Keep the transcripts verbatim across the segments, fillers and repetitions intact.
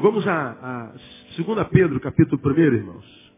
Vamos a, a dois Pedro, capítulo um, irmãos.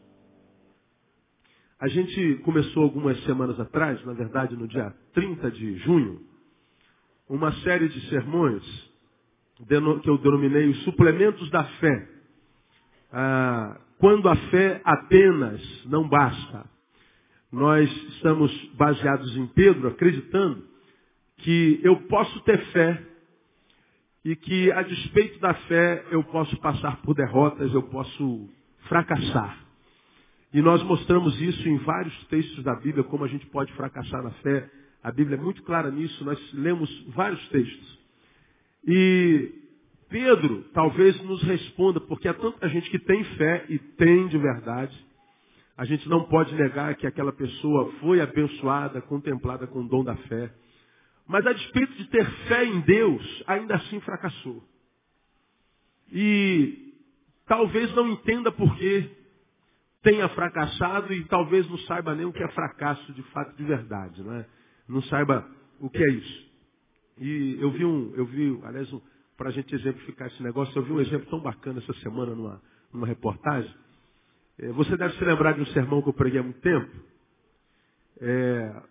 A gente começou algumas semanas atrás, na verdade no dia trinta de junho, uma série de sermões que eu denominei os suplementos da fé. Ah, quando a fé apenas não basta. Nós estamos baseados em Pedro, acreditando que eu posso ter fé e que, a despeito da fé, eu posso passar por derrotas, eu posso fracassar. E nós mostramos isso em vários textos da Bíblia, como a gente pode fracassar na fé. A Bíblia é muito clara nisso, nós lemos vários textos. E Pedro talvez nos responda, porque há tanta gente que tem fé e tem de verdade. A gente não pode negar que aquela pessoa foi abençoada, contemplada com o dom da fé. Mas a despeito de ter fé em Deus, ainda assim fracassou. E talvez não entenda por que tenha fracassado e talvez não saiba nem o que é fracasso de fato, de verdade. Não é? Não saiba o que é isso. E eu vi um, eu vi, aliás, um, para a gente exemplificar esse negócio, eu vi um exemplo tão bacana essa semana numa, numa reportagem. É, você deve se lembrar de um sermão que eu preguei há muito tempo. É,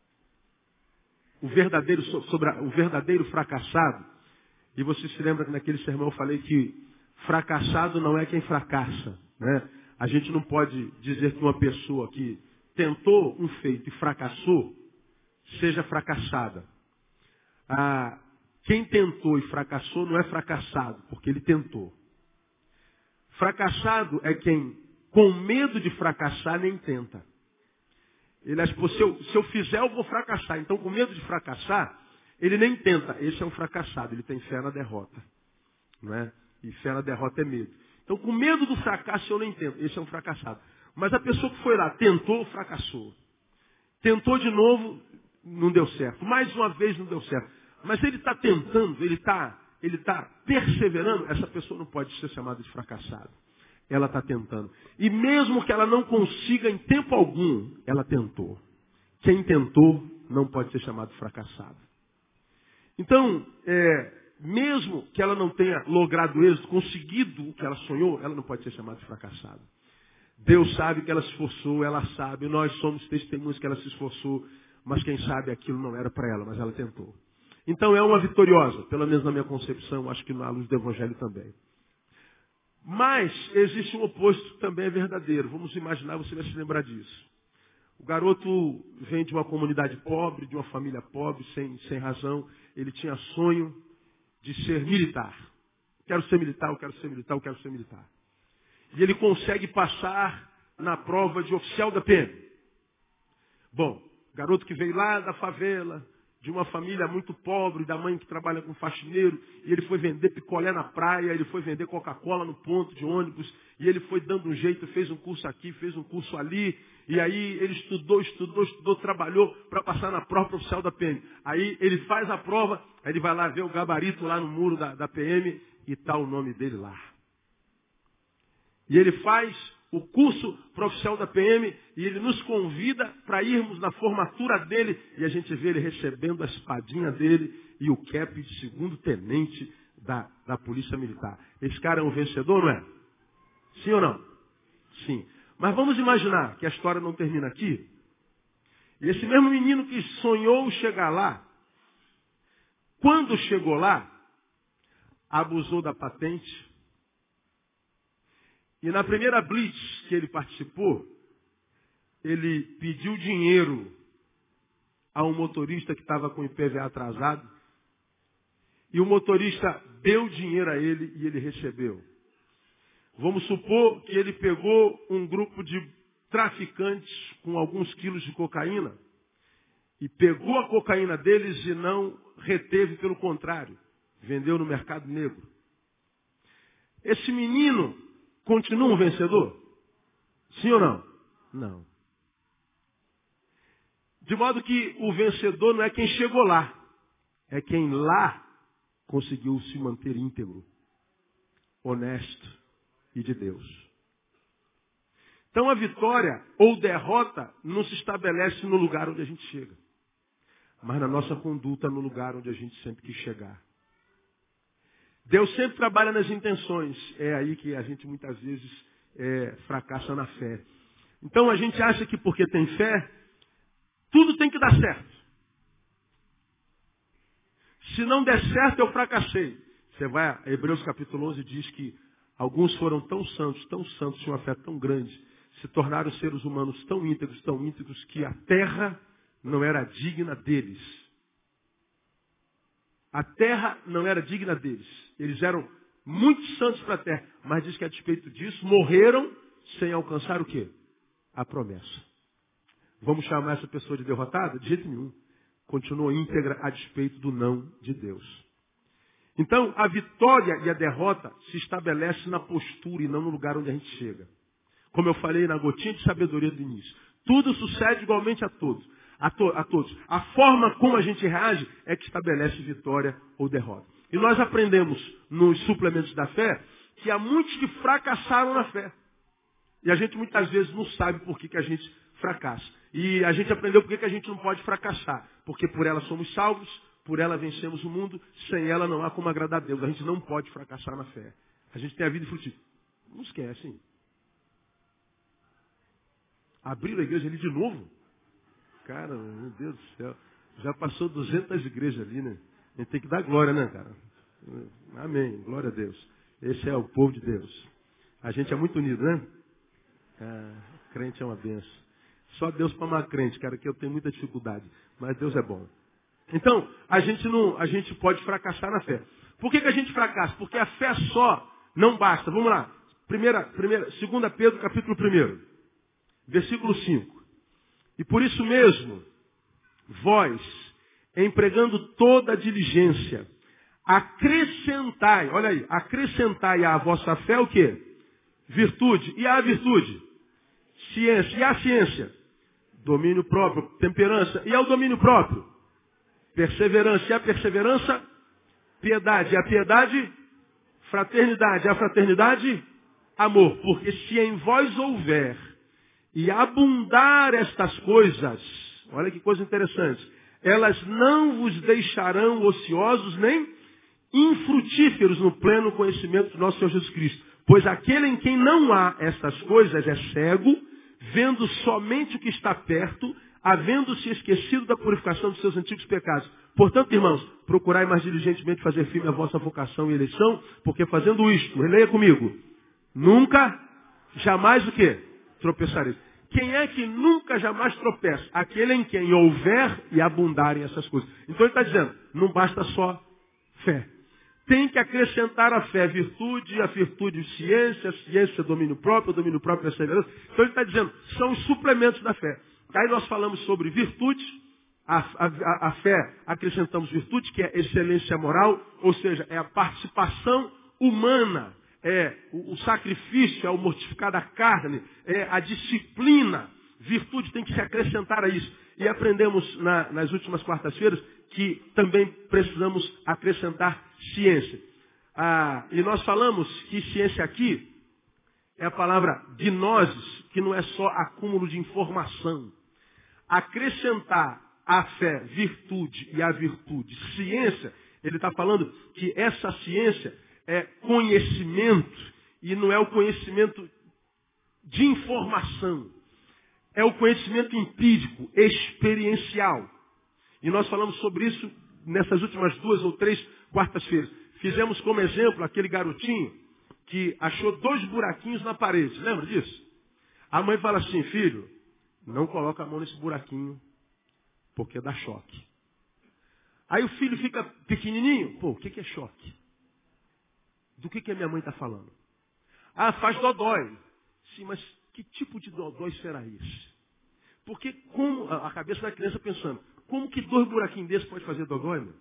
o, verdadeiro, sobre a, o verdadeiro fracassado. E você se lembra que naquele sermão eu falei que fracassado não é quem fracassa. Né? A gente não pode dizer que uma pessoa que tentou um feito e fracassou, seja fracassada. Ah, quem tentou e fracassou não é fracassado, porque ele tentou. Fracassado é quem, com medo de fracassar, nem tenta. Ele acha, se eu, se eu fizer, eu vou fracassar. Então, com medo de fracassar, ele nem tenta. Esse é um fracassado, ele tem fé na derrota. Não é? E fé na derrota é medo. Então, com medo do fracasso, eu nem tento. Esse é um fracassado. Mas a pessoa que foi lá, tentou, fracassou. Tentou de novo, não deu certo. Mais uma vez, não deu certo. Mas ele está tentando, ele está ele tá perseverando, essa pessoa não pode ser chamada de fracassada. Ela está tentando. E mesmo que ela não consiga em tempo algum, ela tentou. Quem tentou não pode ser chamado de fracassado. Então, é, mesmo que ela não tenha logrado êxito, conseguido o que ela sonhou, ela não pode ser chamada de fracassada. Deus sabe que ela se esforçou, ela sabe, nós somos testemunhas que ela se esforçou, mas quem sabe aquilo não era para ela, mas ela tentou. Então é uma vitoriosa, pelo menos na minha concepção, acho que na luz do Evangelho também. Mas existe um oposto que também é verdadeiro. Vamos imaginar, você vai se lembrar disso. O garoto vem de uma comunidade pobre, de uma família pobre, sem, sem razão. Ele tinha sonho de ser militar. Quero ser militar, eu quero ser militar, eu quero ser militar. E ele consegue passar na prova de oficial da P M. Bom, garoto que veio lá da favela, de uma família muito pobre, da mãe que trabalha com faxineiro, e ele foi vender picolé na praia, ele foi vender Coca-Cola no ponto de ônibus, e ele foi dando um jeito, fez um curso aqui, fez um curso ali, e aí ele estudou, estudou, estudou, trabalhou para passar na prova oficial da P M. Aí ele faz a prova, aí ele vai lá ver o gabarito lá no muro da, da P M, e está o nome dele lá. E ele faz o curso para oficial da P M e ele nos convida para irmos na formatura dele e a gente vê ele recebendo a espadinha dele e o cap de segundo tenente da, da Polícia Militar. Esse cara é um vencedor, não é? Sim ou não? Sim. Mas vamos imaginar que a história não termina aqui. E esse mesmo menino que sonhou chegar lá, quando chegou lá, abusou da patente. E na primeira blitz que ele participou, ele pediu dinheiro a um motorista que estava com o I P V A atrasado. E o motorista deu dinheiro a ele e ele recebeu. Vamos supor que ele pegou um grupo de traficantes com alguns quilos de cocaína e pegou a cocaína deles e não reteve, pelo contrário, vendeu no mercado negro. Esse menino continua um vencedor? Sim ou não? Não. De modo que o vencedor não é quem chegou lá. É quem lá conseguiu se manter íntegro, honesto e de Deus. Então a vitória ou derrota não se estabelece no lugar onde a gente chega, mas na nossa conduta no lugar onde a gente sempre quis chegar. Deus sempre trabalha nas intenções. É aí que a gente muitas vezes é, fracassa na fé. Então a gente acha que porque tem fé, tudo tem que dar certo. Se não der certo, eu fracassei. Você vai a Hebreus capítulo onze e diz que alguns foram tão santos, tão santos, tinham uma fé tão grande, se tornaram seres humanos tão íntegros, tão íntegros, que a terra não era digna deles. A terra não era digna deles. Eles eram muito santos para a terra, mas diz que a despeito disso, morreram sem alcançar o quê? A promessa. Vamos chamar essa pessoa de derrotada? De jeito nenhum. Continua íntegra a despeito do não de Deus. Então, a vitória e a derrota se estabelece na postura e não no lugar onde a gente chega. Como eu falei na gotinha de sabedoria do início. Tudo sucede igualmente a todos. A, to a todos. A forma como a gente reage é que estabelece vitória ou derrota. E nós aprendemos nos suplementos da fé que há muitos que fracassaram na fé. E a gente muitas vezes não sabe por que, que a gente fracassa. E a gente aprendeu por que, que a gente não pode fracassar. Porque por ela somos salvos, por ela vencemos o mundo, sem ela não há como agradar a Deus. A gente não pode fracassar na fé. A gente tem a vida frutífera. Não esquece, hein? Abriram a igreja ali de novo? Cara, meu Deus do céu. Já passou duzentas igrejas ali, né? A gente tem que dar glória, né, cara? Amém. Glória a Deus. Esse é o povo de Deus. A gente é muito unido, né? Ah, crente é uma benção. Só Deus para amar crente, cara, que eu tenho muita dificuldade. Mas Deus é bom. Então, a gente não, a gente pode fracassar na fé. Por que, que a gente fracassa? Porque a fé só não basta. Vamos lá. Primeira, primeira, segunda Pedro, capítulo um, versículo cinco. E por isso mesmo, vós, empregando toda a diligência, acrescentai, olha aí, acrescentai à vossa fé o quê? Virtude. E a virtude? Ciência. E a ciência? Domínio próprio, temperança. E ao domínio próprio? Perseverança. E a perseverança? Piedade. E a piedade? Fraternidade. E a fraternidade? Amor. Porque se em vós houver e abundar estas coisas, olha que coisa interessante, elas não vos deixarão ociosos nem infrutíferos no pleno conhecimento do nosso Senhor Jesus Cristo. Pois aquele em quem não há estas coisas é cego, vendo somente o que está perto, havendo-se esquecido da purificação dos seus antigos pecados. Portanto, irmãos, procurai mais diligentemente fazer firme a vossa vocação e eleição, porque fazendo isto, releia comigo, nunca, jamais o quê? Tropeçareis. Quem é que nunca, jamais tropeça? Aquele em quem houver e abundarem essas coisas. Então ele está dizendo, não basta só fé. Tem que acrescentar a fé, virtude, a virtude, ciência, a ciência, domínio próprio, o domínio próprio, perseverança. Então ele está dizendo, são os suplementos da fé. Aí nós falamos sobre virtude, a, a, a fé, acrescentamos virtude, que é excelência moral, ou seja, é a participação humana, é o, o sacrifício, é o mortificar da carne, é a disciplina. Virtude tem que se acrescentar a isso. E aprendemos na, nas últimas quartas-feiras que também precisamos acrescentar ciência. Ah, e nós falamos que ciência aqui é a palavra gnosis, que não é só acúmulo de informação. Acrescentar à fé virtude e à virtude ciência, ele está falando que essa ciência é conhecimento e não é o conhecimento de informação. É o conhecimento empírico, experiencial. E nós falamos sobre isso nessas últimas duas ou três quartas-feiras. Fizemos como exemplo aquele garotinho que achou dois buraquinhos na parede. Lembra disso? A mãe fala assim, filho, não coloca a mão nesse buraquinho, porque dá choque. Aí o filho fica pequenininho. Pô, o que é choque? Do que, que a minha mãe está falando? Ah, faz dodói. Sim, mas que tipo de dodói será esse? Porque como a cabeça da criança pensando, como que dois buraquinhos desses pode fazer dodói, meu?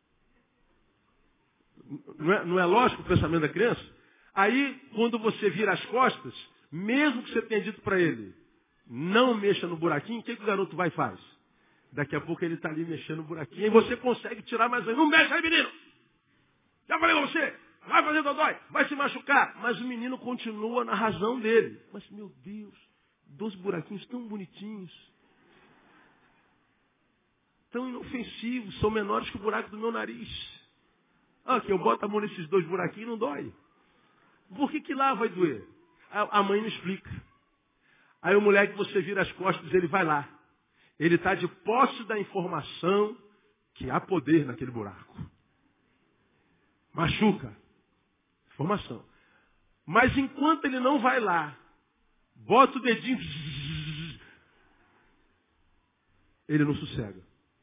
Não é, não é lógico o pensamento da criança? Aí, quando você vira as costas, mesmo que você tenha dito para ele, não mexa no buraquinho, o que, que o garoto vai e faz? Daqui a pouco ele está ali mexendo no buraquinho e você consegue tirar mais ainda. Não mexe aí, menino! Já falei com você! Vai fazer dodói, vai se machucar. Mas o menino continua na razão dele. Mas, meu Deus, dois buraquinhos tão bonitinhos, tão inofensivos, são menores que o buraco do meu nariz. Ah, que eu boto a mão nesses dois buraquinhos e não dói. Por que que lá vai doer? A, a mãe não explica. Aí o moleque, você vira as costas, ele vai lá. Ele está de posse da informação que há poder naquele buraco. Machuca. Informação. Mas enquanto ele não vai lá, bota o dedinho, ele não sossega.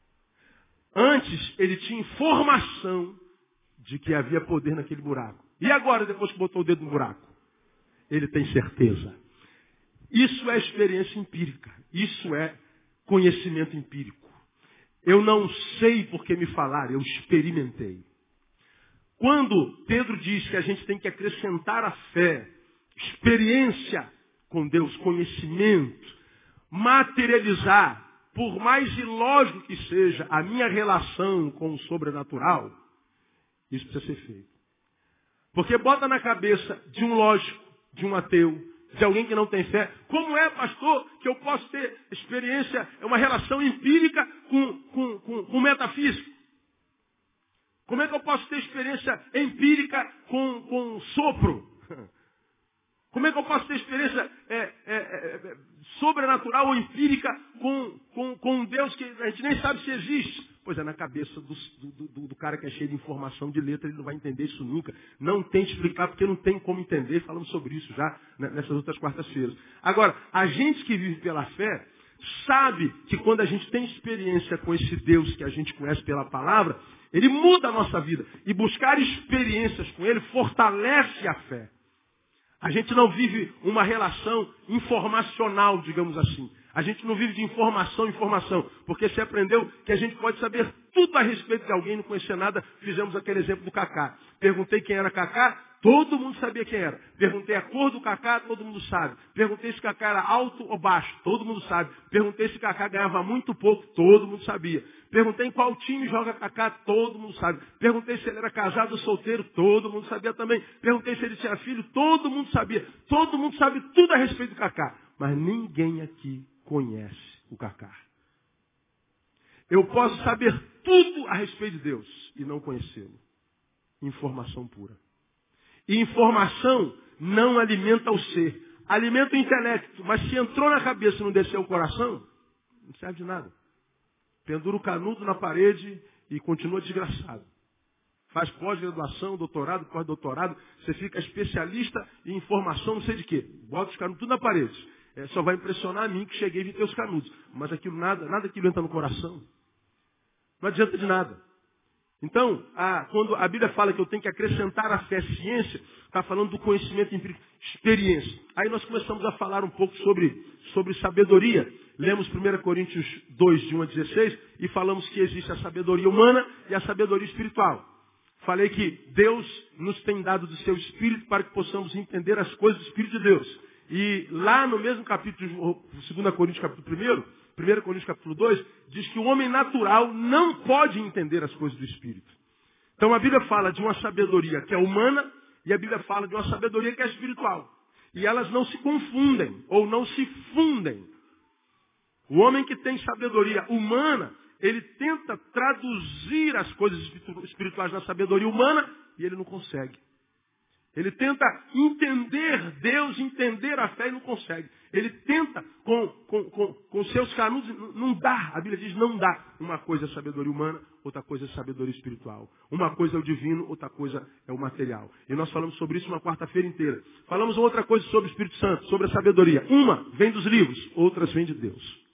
Antes, ele tinha informação de que havia poder naquele buraco. E agora, depois que botou o dedo no buraco? Ele tem certeza. Isso é experiência empírica. Isso é conhecimento empírico. Eu não sei porque me falaram, eu experimentei. Quando Pedro diz que a gente tem que acrescentar a fé, experiência com Deus, conhecimento, materializar, por mais ilógico que seja a minha relação com o sobrenatural, isso precisa ser feito. Porque bota na cabeça de um lógico, de um ateu, de alguém que não tem fé, como é, pastor, que eu posso ter experiência, uma relação empírica com, com, com, com metafísica? Como é que eu posso ter experiência empírica com, com sopro? Como é que eu posso ter experiência é, é, é, sobrenatural ou empírica com, com, com um Deus que a gente nem sabe se existe? Pois é, na cabeça do, do, do, do cara que é cheio de informação de letra, ele não vai entender isso nunca. Não tente explicar, porque não tem como entender. Falamos sobre isso já nessas outras quartas-feiras. Agora, a gente que vive pela fé, sabe que quando a gente tem experiência com esse Deus que a gente conhece pela palavra, ele muda a nossa vida. E buscar experiências com ele fortalece a fé. A gente não vive uma relação informacional, digamos assim. A gente não vive de informação em informação. Porque você aprendeu que a gente pode saber tudo a respeito de alguém e não conhecer nada. Fizemos aquele exemplo do Cacá. Perguntei quem era Cacá, todo mundo sabia quem era. Perguntei a cor do Cacá, todo mundo sabe. Perguntei se o Cacá era alto ou baixo, todo mundo sabe. Perguntei se o Cacá ganhava muito pouco, todo mundo sabia. Perguntei em qual time joga Cacá, todo mundo sabe. Perguntei se ele era casado ou solteiro, todo mundo sabia também. Perguntei se ele tinha filho, todo mundo sabia. Todo mundo sabe tudo a respeito do Cacá. Mas ninguém aqui conhece o Cacá. Eu posso saber tudo a respeito de Deus e não conhecê-lo. Informação pura. E informação não alimenta o ser. Alimenta o intelecto. Mas se entrou na cabeça e não desceu o coração, não serve de nada. Pendura o canudo na parede e continua desgraçado. Faz pós-graduação, doutorado, pós-doutorado. Você fica especialista em informação, não sei de quê. Bota os canudos tudo na parede. É, só vai impressionar a mim que cheguei e vi teus canudos. Mas aquilo nada, nada aquilo entra no coração. Não adianta de nada. Então, a, quando a Bíblia fala que eu tenho que acrescentar a fé, ciência, está falando do conhecimento empírico, experiência. Aí nós começamos a falar um pouco sobre, sobre sabedoria. Lemos primeira Coríntios dois, de um a dezesseis, e falamos que existe a sabedoria humana e a sabedoria espiritual. Falei que Deus nos tem dado do seu Espírito para que possamos entender as coisas do Espírito de Deus. E lá no mesmo capítulo, segunda Coríntios capítulo um, primeira Coríntios capítulo dois, diz que o homem natural não pode entender as coisas do Espírito. Então a Bíblia fala de uma sabedoria que é humana e a Bíblia fala de uma sabedoria que é espiritual. E elas não se confundem ou não se fundem. O homem que tem sabedoria humana, ele tenta traduzir as coisas espirituais na sabedoria humana e ele não consegue. Ele tenta entender Deus, entender a fé e não consegue. Ele tenta com, com, com, com seus canudos, não dá. A Bíblia diz não dá. Uma coisa é sabedoria humana, outra coisa é sabedoria espiritual. Uma coisa é o divino, outra coisa é o material. E nós falamos sobre isso uma quarta-feira inteira. Falamos outra coisa sobre o Espírito Santo, sobre a sabedoria. Uma vem dos livros, outras vem de Deus.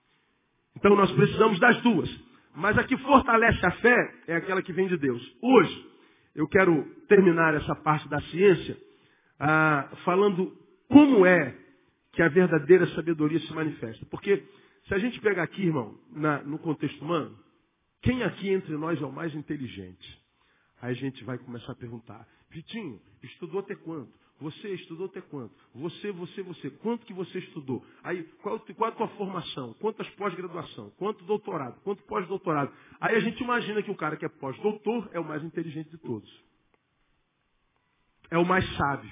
Então nós precisamos das duas. Mas a que fortalece a fé é aquela que vem de Deus. Hoje, eu quero terminar essa parte da ciência ah, falando como é que a verdadeira sabedoria se manifesta. Porque se a gente pegar aqui, irmão, na, no contexto humano, quem aqui entre nós é o mais inteligente? Aí a gente vai começar a perguntar, Vitinho, estudou até quanto? Você estudou até quanto? Você, você, você. Quanto que você estudou? Aí, qual, qual a tua formação? Quantas pós-graduação? Quanto doutorado? Quanto pós-doutorado? Aí a gente imagina que o cara que é pós-doutor é o mais inteligente de todos. É o mais sábio.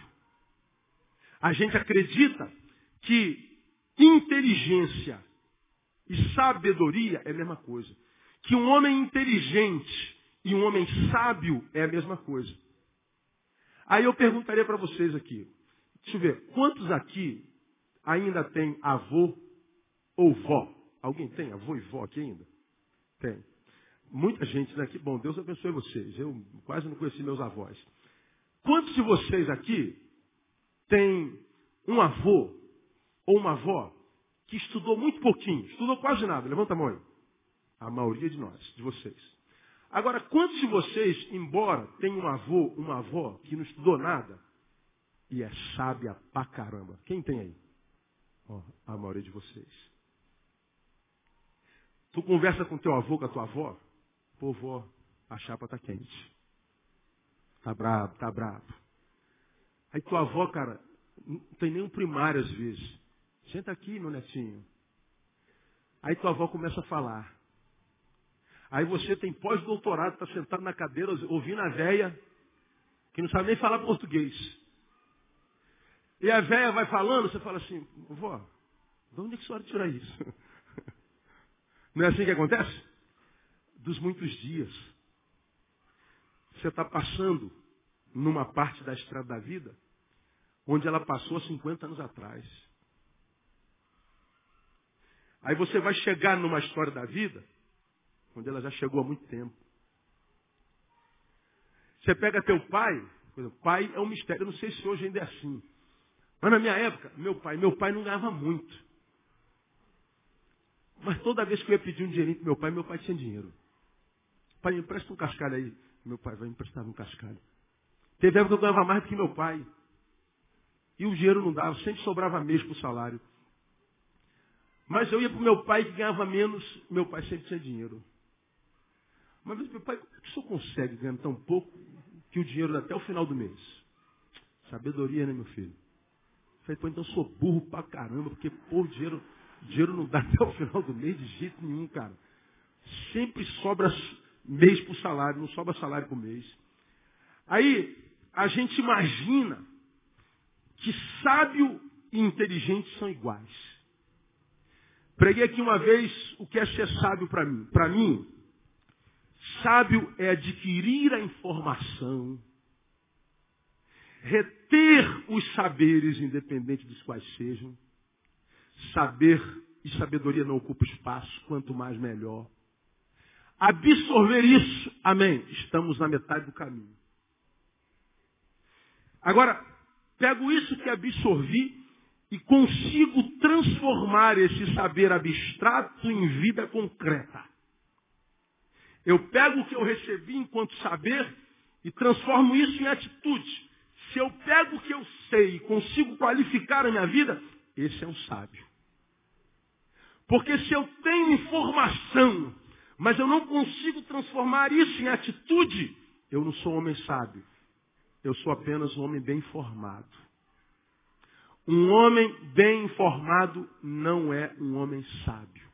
A gente acredita que inteligência e sabedoria é a mesma coisa. Que um homem inteligente, e um homem sábio é a mesma coisa. Aí eu perguntaria para vocês aqui, deixa eu ver, quantos aqui ainda tem avô ou vó? Alguém tem avô e vó aqui ainda? Tem. Muita gente, né? Que bom, Deus abençoe vocês. Eu quase não conheci meus avós. Quantos de vocês aqui tem um avô ou uma avó que estudou muito pouquinho, estudou quase nada? Levanta a mão aí. A maioria de nós, de vocês. Agora, quantos de vocês, embora tenham um avô, uma avó que não estudou nada, e é sábia pra caramba? Quem tem aí? Ó, a maioria de vocês. Tu conversa com teu avô, com a tua avó, pô, vó, a chapa tá quente. Tá brabo, tá brabo. Aí tua avó, cara, não tem nem um primário às vezes. Senta aqui, meu netinho. Aí tua avó começa a falar. Aí você tem pós-doutorado, está sentado na cadeira, ouvindo a véia, que não sabe nem falar português. E a véia vai falando, você fala assim, vó, de onde é que a senhora tira isso? Não é assim que acontece? Dos muitos dias. Você está passando numa parte da estrada da vida, onde ela passou há cinquenta anos atrás. Aí você vai chegar numa história da vida, onde ela já chegou há muito tempo. Você pega teu pai, por exemplo, pai é um mistério, eu não sei se hoje ainda é assim. Mas na minha época, meu pai, meu pai não ganhava muito. Mas toda vez que eu ia pedir um dinheirinho para meu pai, meu pai tinha dinheiro. Pai, me empresta um cascalho aí. Meu pai vai emprestar um cascalho. Teve época que eu ganhava mais do que meu pai. E o dinheiro não dava, sempre sobrava mês para o salário. Mas eu ia para o meu pai que ganhava menos, meu pai sempre tinha dinheiro. Mas meu pai, como é que o senhor consegue ganhar tão pouco que o dinheiro dá até o final do mês? Sabedoria, né, meu filho? Eu falei, pô, então eu sou burro pra caramba, porque, pô, o dinheiro, o dinheiro não dá até o final do mês de jeito nenhum, cara. Sempre sobra mês pro salário, não sobra salário pro mês. Aí, a gente imagina que sábio e inteligente são iguais. Preguei aqui uma vez o que é ser sábio para mim. Para mim, sábio é adquirir a informação, reter os saberes, independente dos quais sejam. Saber e sabedoria não ocupa espaço, quanto mais melhor. Absorver isso, amém, estamos na metade do caminho. Agora, pego isso que absorvi e consigo transformar esse saber abstrato em vida concreta. Eu pego o que eu recebi enquanto saber e transformo isso em atitude. Se eu pego o que eu sei e consigo qualificar a minha vida, esse é um sábio. Porque se eu tenho informação, mas eu não consigo transformar isso em atitude, eu não sou um homem sábio. Eu sou apenas um homem bem informado. Um homem bem informado não é um homem sábio.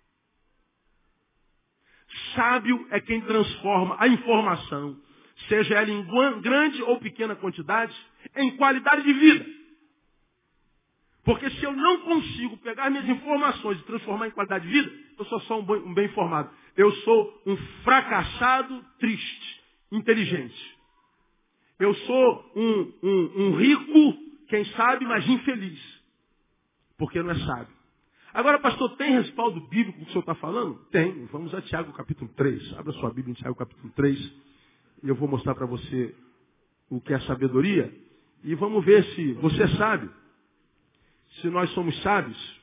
Sábio é quem transforma a informação, seja ela em grande ou pequena quantidade, em qualidade de vida. Porque se eu não consigo pegar minhas informações e transformar em qualidade de vida, eu sou só um bem, um bem informado. Eu sou um fracassado, triste, inteligente. Eu sou um, um, um rico, quem sabe, mas infeliz. Porque não é sábio. Agora, pastor, tem respaldo bíblico que o senhor está falando? Tem. Vamos a Tiago capítulo três. Abra sua Bíblia em Tiago capítulo três. E eu vou mostrar para você o que é sabedoria. E vamos ver se você é sábio. Se nós somos sábios.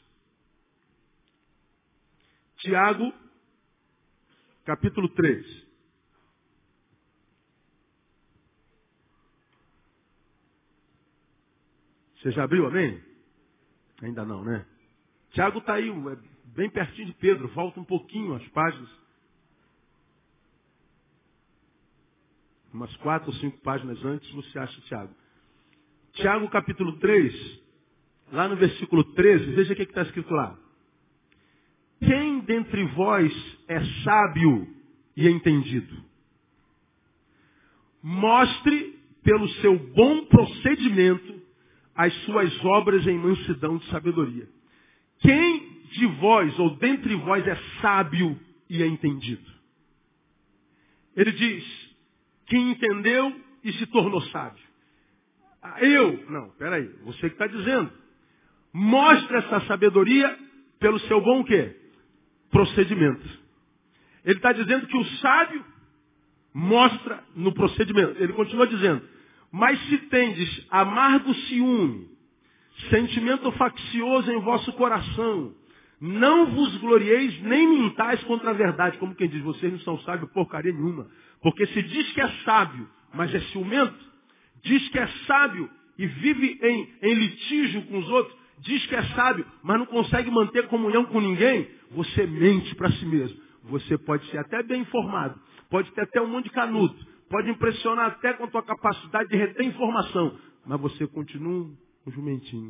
Tiago capítulo três. Você já abriu, amém? Ainda não, né? Tiago está aí, bem pertinho de Pedro. Volta um pouquinho as páginas. Umas quatro ou cinco páginas antes você acha Tiago. Tiago capítulo três, lá no versículo treze, veja o que está escrito lá. Quem dentre vós é sábio e entendido? Mostre pelo seu bom procedimento as suas obras em mansidão de sabedoria. Quem de vós, ou dentre vós, é sábio e é entendido? Ele diz, quem entendeu e se tornou sábio. Eu, não, peraí, você que está dizendo. Mostra essa sabedoria pelo seu bom o quê? Procedimento. Ele está dizendo que o sábio mostra no procedimento. Ele continua dizendo, mas se tendes amargo ciúme, sentimento faccioso em vosso coração, não vos glorieis nem mintais contra a verdade. Como quem diz, vocês não são sábios porcaria nenhuma. Porque se diz que é sábio, mas é ciumento, diz que é sábio e vive em, em litígio com os outros, diz que é sábio, mas não consegue manter comunhão com ninguém, você mente para si mesmo. Você pode ser até bem informado, pode ter até um monte de canudo, pode impressionar até com a tua capacidade de reter informação, mas você continua um jumentinho.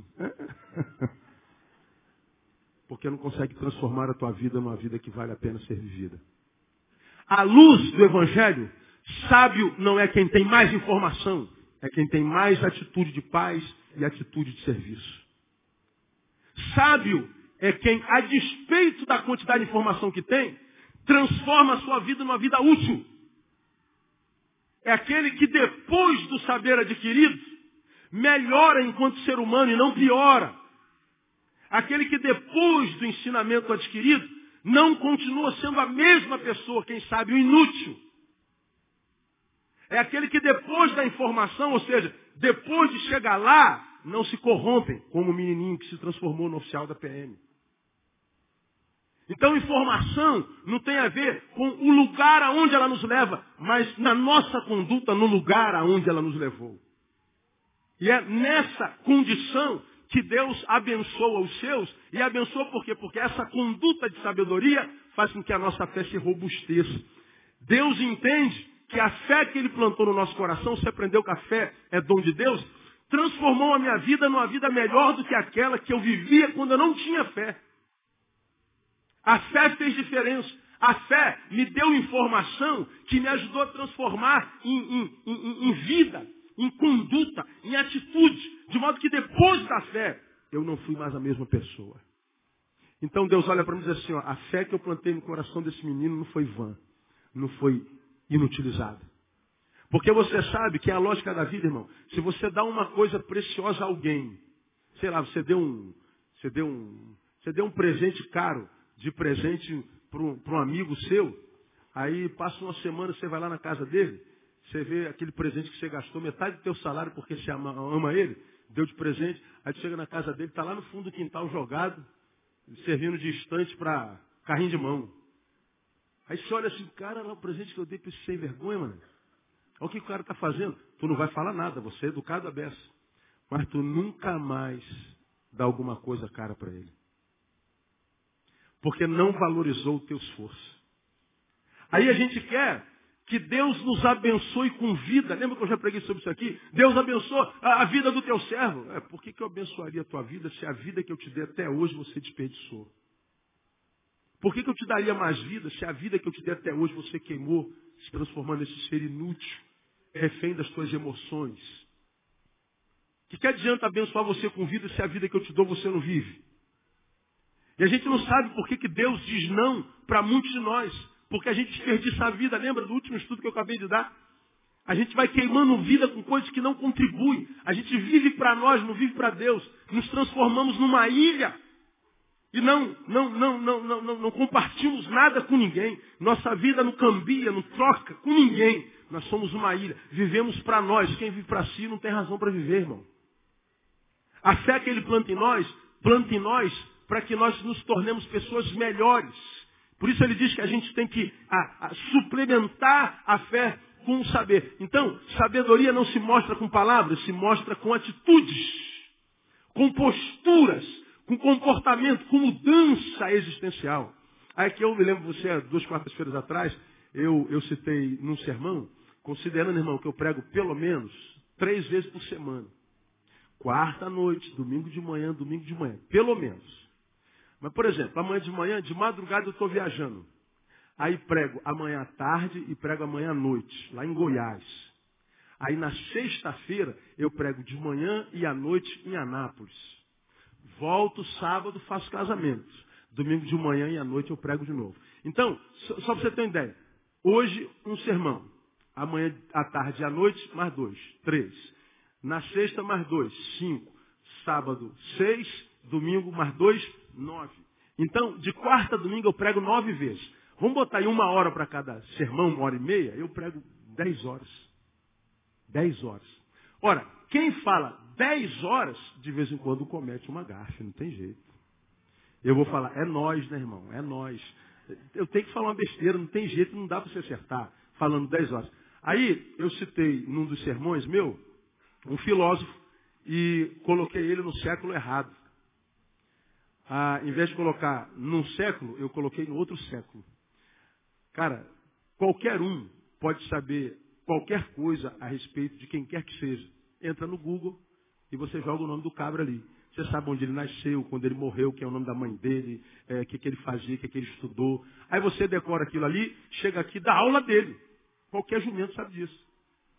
Porque não consegue transformar a tua vida numa vida que vale a pena ser vivida. À luz do Evangelho, sábio não é quem tem mais informação, é quem tem mais atitude de paz e atitude de serviço. Sábio é quem, a despeito da quantidade de informação que tem, transforma a sua vida numa vida útil. É aquele que depois do saber adquirido, melhora enquanto ser humano e não piora. Aquele que depois do ensinamento adquirido, não continua sendo a mesma pessoa, quem sabe o inútil. É aquele que depois da informação, ou seja, depois de chegar lá, não se corrompem, como o menininho que se transformou no oficial da P M. Então, informação não tem a ver com o lugar aonde ela nos leva, mas na nossa conduta, no lugar aonde ela nos levou. E é nessa condição que Deus abençoa os seus, e abençoa por quê? Porque essa conduta de sabedoria faz com que a nossa fé se robusteça. Deus entende que a fé que Ele plantou no nosso coração, você aprendeu que a fé é dom de Deus, transformou a minha vida numa vida melhor do que aquela que eu vivia quando eu não tinha fé. A fé fez diferença. A fé me deu informação que me ajudou a transformar em, em, em, em vida, em conduta, em atitude. De modo que depois da fé, eu não fui mais a mesma pessoa. Então Deus olha para mim e diz assim, ó, a fé que eu plantei no coração desse menino não foi vã, não foi inutilizada. Porque você sabe que é a lógica da vida, irmão. Se você dá uma coisa preciosa a alguém, sei lá, você deu um, você deu um, você deu um presente caro, de presente para um, para um amigo seu, aí passa uma semana, você vai lá na casa dele, você vê aquele presente que você gastou, metade do teu salário porque você ama, ama ele, deu de presente, aí tu chega na casa dele, está lá no fundo do quintal jogado, servindo de estante para carrinho de mão. Aí você olha assim, cara, lá o presente que eu dei para esse sem vergonha, mano. Olha o que o cara está fazendo. Tu não vai falar nada, você é educado a beça. Mas tu nunca mais dá alguma coisa cara para ele. Porque não valorizou o teu esforço. Aí a gente quer que Deus nos abençoe com vida. Lembra que eu já preguei sobre isso aqui? Deus abençoa a vida do teu servo. É, por que, que eu abençoaria a tua vida se a vida que eu te dei até hoje você desperdiçou? Por que, que eu te daria mais vida se a vida que eu te dei até hoje você queimou, se transformando nesse ser inútil, refém das tuas emoções? Que que adianta abençoar você com vida se a vida que eu te dou você não vive? E a gente não sabe por que, que Deus diz não para muitos de nós. Porque a gente desperdiça a vida. Lembra do último estudo que eu acabei de dar? A gente vai queimando vida com coisas que não contribuem. A gente vive para nós, não vive para Deus. Nos transformamos numa ilha. E não, não, não, não, não, não, não compartilhamos nada com ninguém. Nossa vida não cambia, não troca com ninguém. Nós somos uma ilha. Vivemos para nós. Quem vive para si não tem razão para viver, irmão. A fé que Ele planta em nós, planta em nós para que nós nos tornemos pessoas melhores. Por isso Ele diz que a gente tem que a, a, suplementar a fé com o saber. Então, sabedoria não se mostra com palavras, se mostra com atitudes, com posturas, com comportamento, com mudança existencial. Aí que eu me lembro, você, há duas quartas-feiras atrás, eu, eu citei num sermão, considerando, irmão, que eu prego pelo menos três vezes por semana. Quarta à noite, domingo de manhã, domingo de manhã, pelo menos. Mas, por exemplo, amanhã de manhã, de madrugada eu estou viajando. Aí prego amanhã à tarde e prego amanhã à noite, lá em Goiás. Aí na sexta-feira eu prego de manhã e à noite em Anápolis. Volto sábado, faço casamento. Domingo de manhã e à noite eu prego de novo. Então, só para você ter uma ideia. Hoje um sermão. Amanhã à tarde e à noite, mais dois. Três. Na sexta, mais dois. Cinco. Sábado, seis. Domingo, mais dois. Nove. Então, de quarta a domingo eu prego nove vezes. Vamos botar aí uma hora para cada sermão, uma hora e meia, eu prego dez horas. Dez horas. Ora, quem fala dez horas, de vez em quando comete uma gafe, não tem jeito. Eu vou falar, é nós, né, irmão? É nós. Eu tenho que falar uma besteira, não tem jeito, não dá para você acertar, falando dez horas. Aí, eu citei num dos sermões meu, um filósofo, e coloquei ele no século errado. Ah, em vez de colocar num século, eu coloquei no outro século. Cara, qualquer um pode saber qualquer coisa a respeito de quem quer que seja. Entra no Google e você joga o nome do cabra ali. Você sabe onde ele nasceu, quando ele morreu, que é o nome da mãe dele, o é, que, que ele fazia, o que, que ele estudou. Aí você decora aquilo ali, chega aqui, dá aula dele. Qualquer jumento sabe disso.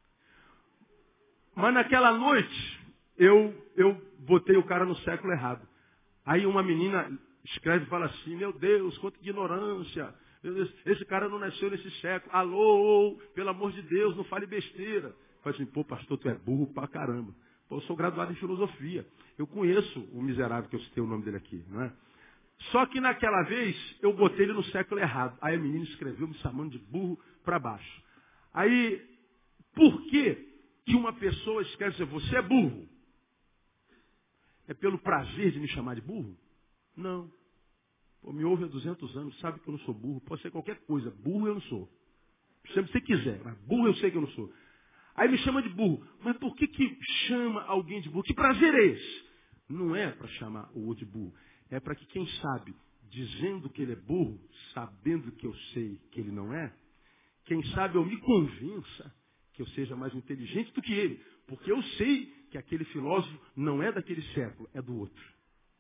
Mas naquela noite, eu, eu botei o cara no século errado. Aí uma menina escreve e fala assim, meu Deus, quanta ignorância. Meu Deus, esse cara não nasceu nesse século. Alô, pelo amor de Deus, não fale besteira. Fala assim, pô, pastor, tu é burro pra caramba. Pô, eu sou graduado em filosofia. Eu conheço o miserável que eu citei o nome dele aqui, não é? Só que naquela vez, eu botei ele no século errado. Aí a menina escreveu me chamando de burro para baixo. Aí, por que que uma pessoa escreve assim, você é burro? É pelo prazer de me chamar de burro? Não. Pô, me ouve há duzentos anos, sabe que eu não sou burro. Pode ser qualquer coisa. Burro eu não sou. Se você quiser, mas burro eu sei que eu não sou. Aí me chama de burro. Mas por que que chama alguém de burro? Que prazer é esse? Não é para chamar o outro de burro. É para que quem sabe, dizendo que ele é burro, sabendo que eu sei que ele não é, quem sabe eu me convença que eu seja mais inteligente do que ele. Porque eu sei que aquele filósofo não é daquele século, é do outro.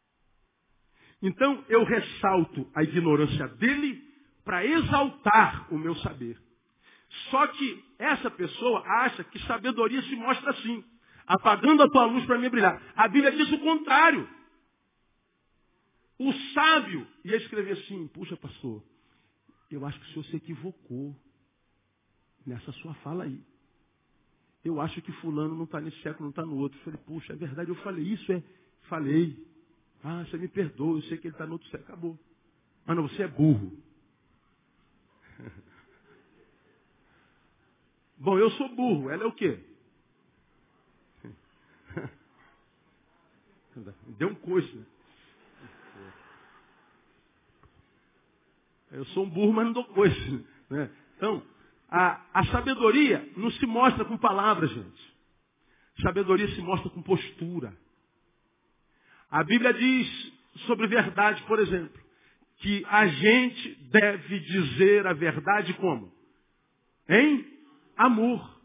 Então eu ressalto a ignorância dele para exaltar o meu saber. Só que essa pessoa acha que sabedoria se mostra assim, apagando a tua luz para mim brilhar. A Bíblia diz o contrário. O sábio ia escrever assim, puxa pastor, eu acho que o senhor se equivocou nessa sua fala aí. Eu acho que fulano não está nesse século, não está no outro. Eu falei, puxa, é verdade, eu falei isso, é? Falei. Ah, você me perdoa, eu sei que ele está no outro século. Acabou. Ah, não, você é burro. Bom, eu sou burro, ela é o quê? Deu um coice, né? Eu sou um burro, mas não dou coice, né? Então, a, a sabedoria não se mostra com palavras, gente. Sabedoria se mostra com postura. A Bíblia diz sobre verdade, por exemplo, que a gente deve dizer a verdade como? Em amor.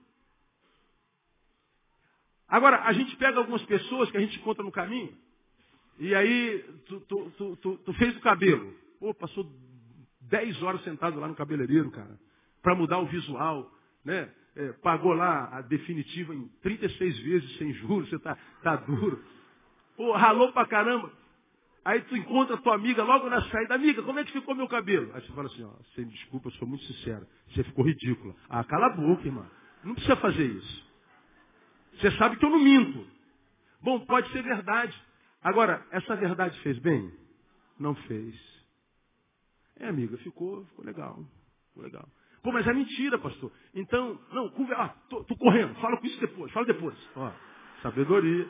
Agora, a gente pega algumas pessoas que a gente encontra no caminho, e aí tu, tu, tu, tu, tu fez o cabelo. Pô, passou dez horas sentado lá no cabeleireiro, cara, para mudar o visual, né? É, pagou lá a definitiva em trinta e seis vezes sem juros, você tá, tá duro. Pô, ralou pra caramba. Aí tu encontra a tua amiga logo na saída. Amiga, como é que ficou meu cabelo? Aí você fala assim, ó, você me desculpa, eu sou muito sincero. Você ficou ridícula. Ah, cala a boca, irmão. Não precisa fazer isso. Você sabe que eu não minto. Bom, pode ser verdade. Agora, essa verdade fez bem? Não fez. É, amiga, ficou, ficou legal. Ficou legal. Pô, mas é mentira, pastor. Então, não, conversa. Ah, tô, tô correndo. Fala com isso depois. Fala depois. Ó, sabedoria.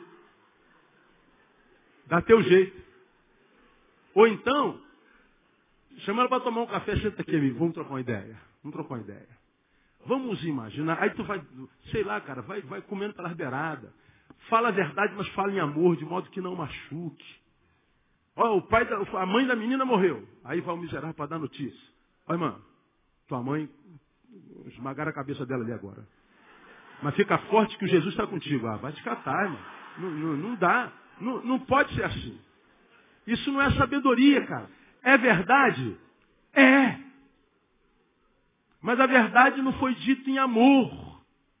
Dá teu jeito. Ou então, chama ela para tomar um café, senta aqui, amigo, vamos trocar uma ideia. Vamos trocar uma ideia. Vamos imaginar. Aí tu vai, sei lá, cara, vai, vai comendo pelas beiradas. Fala a verdade, mas fala em amor, de modo que não machuque. Ó, o pai da, a mãe da menina morreu. Aí vai o miserável para dar notícia. Ó, irmã, tua mãe esmagaram a cabeça dela ali agora. Mas fica forte que o Jesus está contigo. Ah, vai te catar, irmão. Não, não, não dá. Não, não pode ser assim. Isso não é sabedoria, cara. É verdade? É. Mas a verdade não foi dita em amor.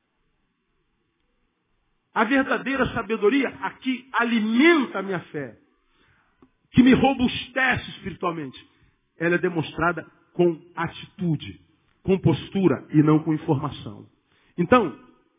A verdadeira sabedoria aqui alimenta a minha fé, que me robustece espiritualmente. Ela é demonstrada com atitude, com postura e não com informação. Então,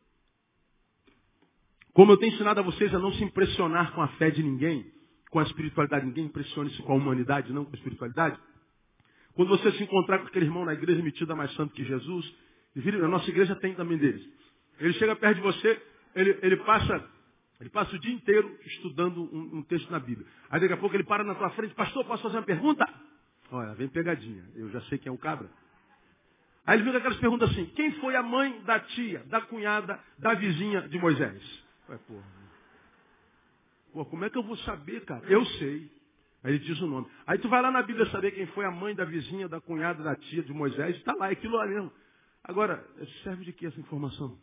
como eu tenho ensinado a vocês a não se impressionar com a fé de ninguém, com a espiritualidade, ninguém impressione-se com a humanidade, não com a espiritualidade. Quando você se encontrar com aquele irmão na igreja metido a mais santo que Jesus, a nossa igreja tem também deles. Ele chega perto de você, ele, ele, passa, ele passa o dia inteiro estudando um, um texto na Bíblia. Aí daqui a pouco ele para na tua frente, pastor, posso fazer uma pergunta? Olha, vem pegadinha, eu já sei quem é o cabra. Aí ele vem com aquelas perguntas assim, quem foi a mãe da tia, da cunhada, da vizinha de Moisés? Ué, porra. Pô, como é que eu vou saber, cara? Eu sei. Aí ele diz o nome. Aí tu vai lá na Bíblia saber quem foi a mãe da vizinha, da cunhada, da tia de Moisés. Está lá, é aquilo lá mesmo. Agora, serve de que essa informação?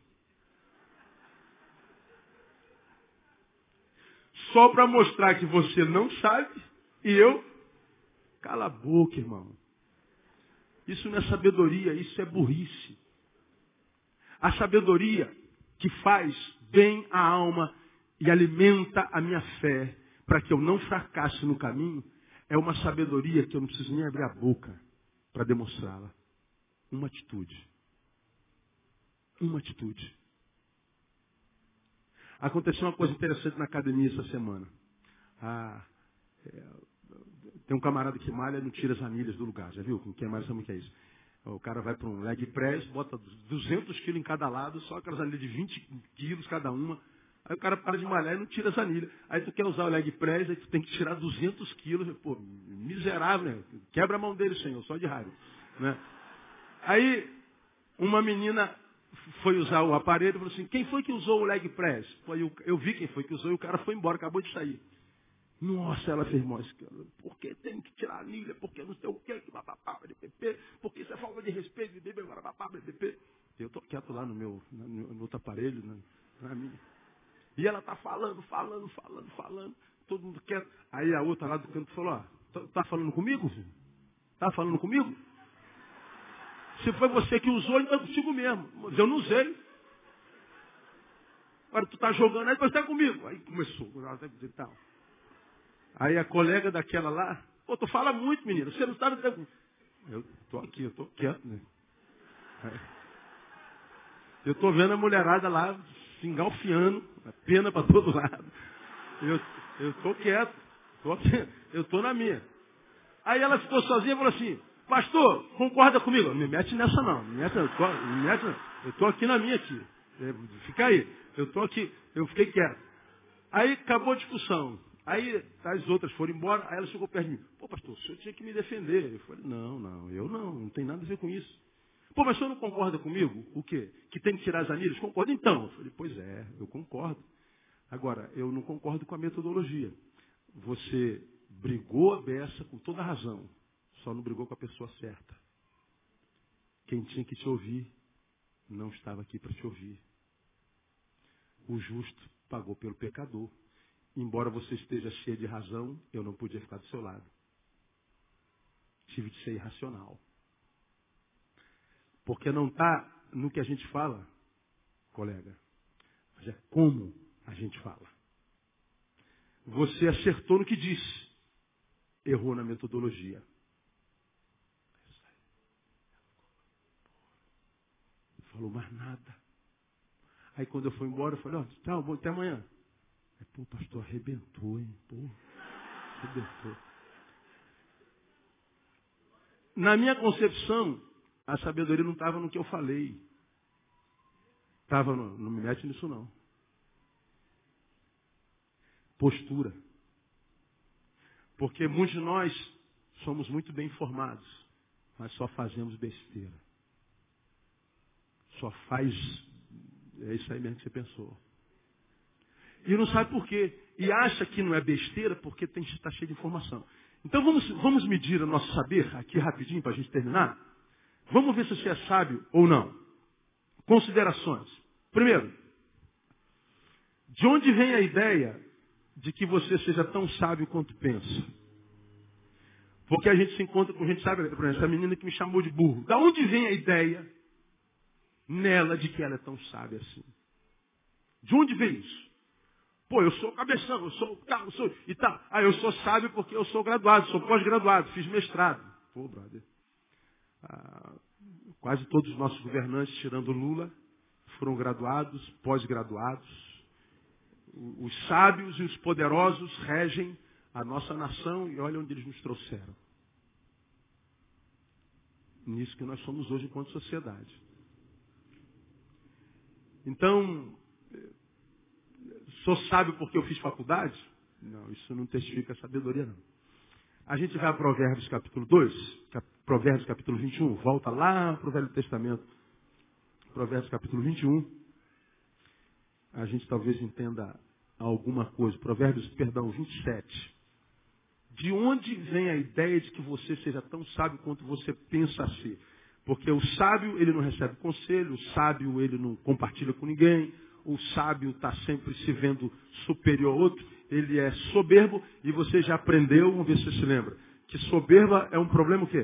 Só para mostrar que você não sabe e eu... Cala a boca, irmão. Isso não é sabedoria, isso é burrice. A sabedoria que faz bem à alma e alimenta a minha fé para que eu não fracasse no caminho, é uma sabedoria que eu não preciso nem abrir a boca para demonstrá-la. Uma atitude. Uma atitude. Aconteceu uma coisa interessante na academia essa semana. Ah, é, tem um camarada que malha e não tira as anilhas do lugar. Já viu? Quem mais sabe o que é isso? O cara vai para um leg press, bota duzentos quilos em cada lado, só aquelas anilhas de vinte quilos cada uma. Aí o cara para de malhar e não tira as anilhas. Aí tu quer usar o leg press, aí tu tem que tirar duzentos quilos. Pô, miserável, né? Quebra a mão dele, Senhor, só de raiva. Né? Aí uma menina foi usar o aparelho e falou assim, quem foi que usou o leg press? Pô, eu, eu vi quem foi que usou e o cara foi embora, acabou de sair. Nossa, ela fez irmão, por que tem que tirar a anilha? Porque não sei o que, que bababá, porque isso é falta de respeito, eu estou quieto lá no meu no, no outro aparelho, na, na minha. E ela está falando, falando, falando, falando, todo mundo quieto. Aí a outra lá do canto falou, ó, tá falando comigo, filho? Tá falando comigo? Se foi você que usou, então é contigo mesmo. Mas eu não usei. Agora tu tá jogando, aí depois tá comigo. Aí começou, tal. Aí a colega daquela lá, pô, tu fala muito, menina, você não sabe... Eu tô aqui, eu tô quieto, né? Eu tô vendo a mulherada lá se engalfiando, a pena para todo lado. Eu, eu tô quieto, tô aqui, eu tô na minha. Aí ela ficou sozinha e falou assim, pastor, concorda comigo? Não me mete nessa não, me mete, eu, tô, me mete, eu tô aqui na minha aqui. Fica aí, eu tô aqui, eu fiquei quieto. Aí acabou a discussão. Aí as outras foram embora, aí ela chegou perto de mim. Pô, pastor, o senhor tinha que me defender. Eu falei, não, não, eu não, não tem nada a ver com isso. Pô, mas o senhor não concorda comigo? O quê? Que tem que tirar as anilhas? Concordo então. Eu falei, pois é, eu concordo. Agora, eu não concordo com a metodologia. Você brigou a beça com toda a razão, só não brigou com a pessoa certa. Quem tinha que te ouvir não estava aqui para te ouvir. O justo pagou pelo pecador. Embora você esteja cheio de razão, eu não podia ficar do seu lado. Tive de ser irracional. Porque não está no que a gente fala, colega, mas é como a gente fala. Você acertou no que disse, errou na metodologia. Não falou mais nada. Aí quando eu fui embora, eu falei, ó, oh, tchau, até amanhã. Aí, pô, pastor, arrebentou, hein? Pô, arrebentou. Na minha concepção, a sabedoria não estava no que eu falei. Estava no, não me mete nisso não. Postura. Porque muitos de nós somos muito bem informados, mas só fazemos besteira. Só faz, é isso aí mesmo que você pensou. E não sabe por quê. E acha que não é besteira porque está cheio de informação. Então vamos, vamos medir o nosso saber aqui rapidinho para a gente terminar. Vamos ver se você é sábio ou não. Considerações. Primeiro, de onde vem a ideia de que você seja tão sábio quanto pensa? Porque a gente se encontra com gente sábia, por exemplo, essa menina que me chamou de burro. Da onde vem a ideia nela de que ela é tão sábia assim? De onde vem isso? Pô, eu sou cabeção, eu sou tal, eu sou e tal. Ah, eu sou sábio porque eu sou graduado, sou pós-graduado, fiz mestrado. Pô, brother. Ah, quase todos os nossos governantes, tirando Lula, foram graduados, pós-graduados. Os sábios e os poderosos regem a nossa nação e olha onde eles nos trouxeram. Nisso que nós somos hoje enquanto sociedade. Então, sou sábio porque eu fiz faculdade? Não, isso não testifica sabedoria, não. A gente vai a Provérbios capítulo dois, Provérbios capítulo vinte e um, volta lá para o Velho Testamento. Provérbios capítulo vinte e um, a gente talvez entenda alguma coisa. Provérbios, perdão, vinte e sete. De onde vem a ideia de que você seja tão sábio quanto você pensa ser? Porque o sábio, ele não recebe conselho, o sábio, ele não compartilha com ninguém, o sábio está sempre se vendo superior ao outro, ele é soberbo e você já aprendeu, vamos ver se você se lembra, que soberba é um problema o quê?